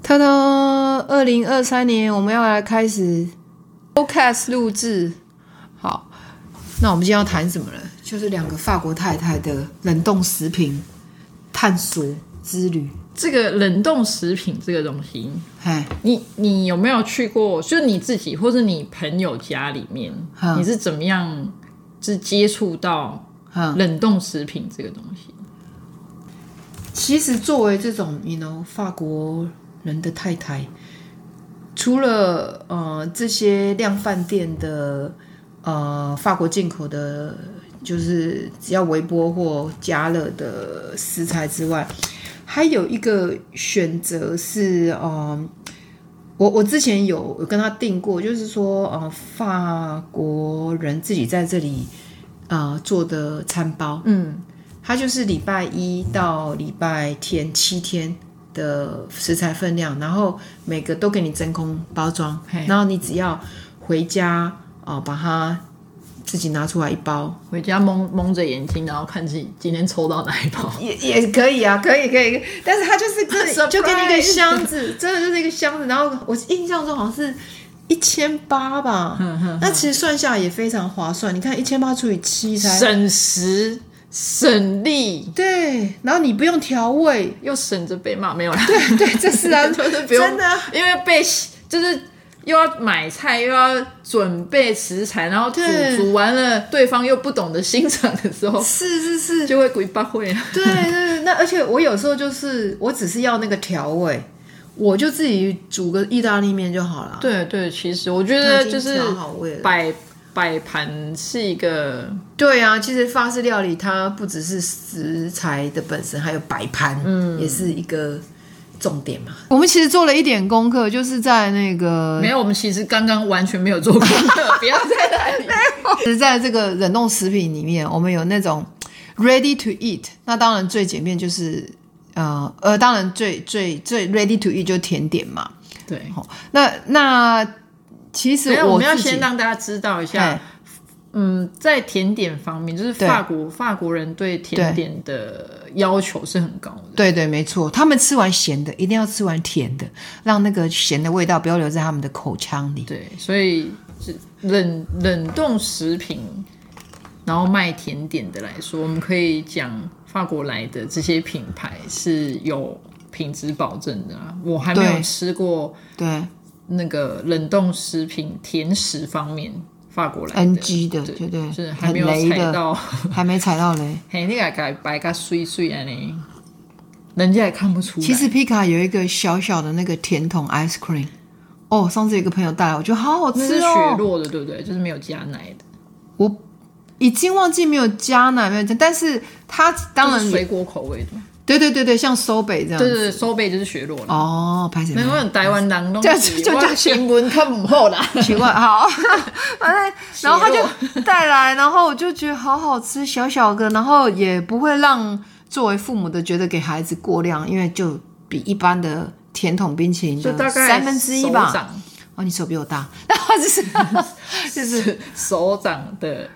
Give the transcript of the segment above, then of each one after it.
他的2023年我们要来开始 podcast 录制。好，那我们今天要谈什么呢？就是2个法国太太的冷冻食品探索之旅。 这个冷冻食品这个东西，你有没有去过？就是你自己或是你朋友家里面，你是怎么样接触到冷冻食品这个东西？ 其实作为这种法国人的太太，除了这些量贩店的法国进口的，就是只要微波或加热的食材之外，还有一个选择是我之前有跟他订过，就是说法国人自己在这里做的餐包，它就是礼拜一到礼拜天7天的食材分量，然后每个都给你真空包装，然后你只要回家把它自己拿出来一包， 回家蒙着眼睛，然后看自己今天抽到哪一包， 也可以啊，可以。但是它就是就给你一个箱子，真的就是一个箱子。然后我印象中好像是1800吧，那其实算下来也非常划算。你看1800除以7才省时省力， 对，然后你不用调味， 又省着被骂，没有啦。 对，这是啊， 就是不用真的， 因为就是又要买菜，又要准备食材，然后煮完了，对方又不懂得欣赏的时候， 是， 就会鬼八会。 对，那而且我有时候就是我只是要那个调味，我就自己煮个意大利面就好了。 对，其实我觉得就是摆盘是一个， 对啊，其实法式料理它不只是食材的本身，还有摆盘，也是一个重点嘛。我们其实做了一点功课，就是在那个没有，我们其实刚刚完全没有做功课，不要在那里。 其实在这个冷冻食品里面，我们有那种 ready to eat， 那当然最简便就是当然最 ready to eat 就是甜点嘛。 对， 那其实我们要先让大家知道一下，在甜点方面，就是法国人对甜点的要求是很高的。 对，没错，他们吃完咸的一定要吃完甜的，让那个咸的味道不要留在他们的口腔里。 对，所以冷冻食品，然后卖甜点的来说，我们可以讲法国来的这些品牌是有品质保证的啊。我还没有吃过，对。那个冷冻食品甜食方面，法国来的 NG 的，对， 就是还没有踩到， 还没踩到雷。 嘿，你给白个碎啊你，人家也看不出来。 其实皮卡有一个小小的那个甜筒 ice cream， 上次有一个朋友带来，我觉得好好吃哦。那是雪落的，对不对？就是没有加奶的。 我已经忘记没有加奶，没有加，但是它当然就是水果口味的。 对，像收北这样子。 对，收北就是雪落了。 哦，拍谁？ 没有台湾人东西， 就叫新闻看不好啦。 奇怪，好，然后他就带来，然后我就觉得好好吃，小小个，然后也不会让作为父母的觉得给孩子过量，因为就比一般的甜筒冰淇淋的1/3吧。你手比我大，然后就是手掌的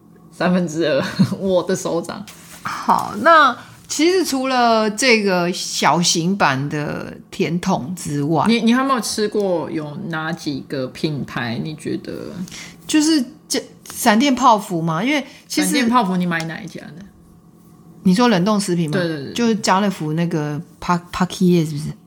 2/3，我的手掌。 好，那。其实除了这个小型版的甜筒之外， 你还有没有吃过有哪几个品牌？你觉得就是闪电泡芙嘛？因为其实闪电泡芙你买哪一家的？ 你说冷冻食品吗？ 对， 就是家乐福那个 Pasquier 是不是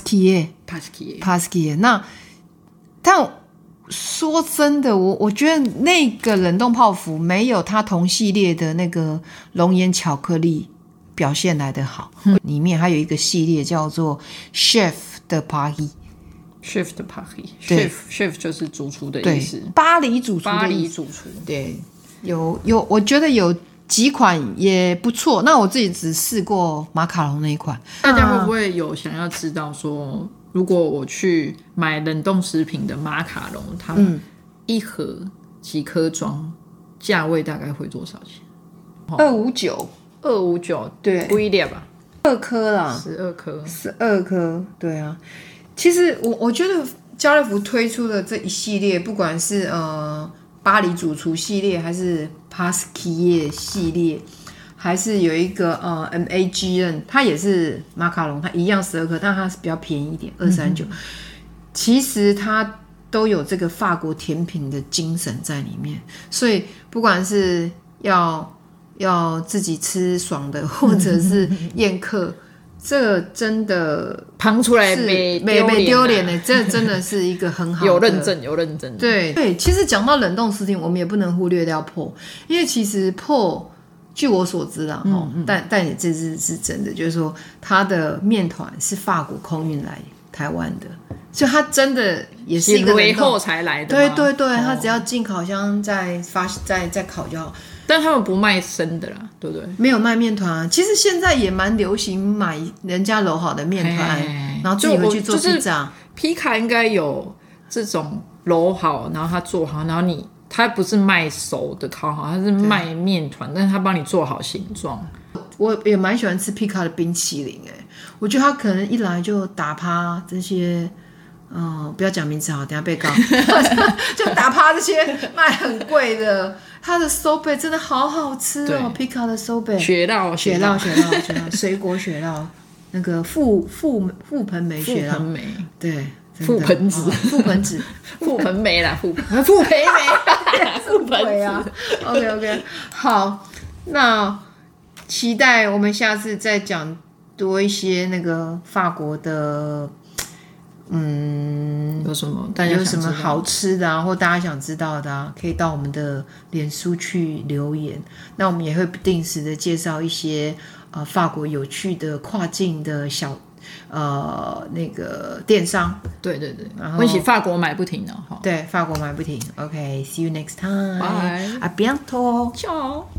Pasquier？ 那但说真的，我觉得那个冷冻泡芙没有它同系列的那个龙岩巧克力表现来的好，里面还有一个系列叫做 Chef de Paris。Chef de Paris，Chef 就是主厨的意思， 巴黎主厨的意思。对，有，我觉得有几款也不错。那我自己只试过马卡龙那一款。 大家会不会有想要知道说，如果我去买冷冻食品的马卡龙，它一盒几颗装，价位大概会多少钱？259，对，贵一点吧，2颗啦，12颗， 对啊。其实我觉得家乐福推出的这一系列，不管是巴黎主厨系列，还是 Pasquier 系列， 还是有一个MAGN， 它也是马卡龙，它一样12颗，但它是比较便宜一点，239。其实它都有这个法国甜品的精神在里面，所以不管是要自己吃爽的，或者是宴客，这个真的旁出来没丢脸的，这真的是一个很好的有认证。 对，其实讲到冷冻食品，我们也不能忽略掉PO，因为其实PO据我所知啦，但也这是真的，就是说它的面团是法国空运来台湾的。所以它真的也是一个冷冻后才来的吗？ 对，它只要进烤箱再烤就好。 但他们不卖生的啦，对不对？ 没有卖面团啊。其实现在也蛮流行买人家揉好的面团，然后自己回去做披萨。 皮卡应该有这种揉好，然后他做好，然后他不是卖熟的烤好，他是卖面团，但是他帮你做好形状。 我也蛮喜欢吃皮卡的冰淇淋，我觉得他可能一来就打趴这些。不要讲名字好，等一下被告。就打趴这些卖很贵的，它的收贝真的好好吃哦，皮卡的收贝， 雪酪， 水果雪酪，那个覆盆梅雪酪，对， 覆盆子，覆盆梅啦，覆盆子啊。OK， 好，那期待我们下次再讲多一些那个法国的。 有什么好吃的啊，或大家想知道的啊，可以到我们的脸书去留言。那我们也会不定时的介绍一些法国有趣的跨境的小那个电商。 对，我一起法国买不停的。 对，法国买不停。OK，see you next time. Bye. A bientôt. Ciao.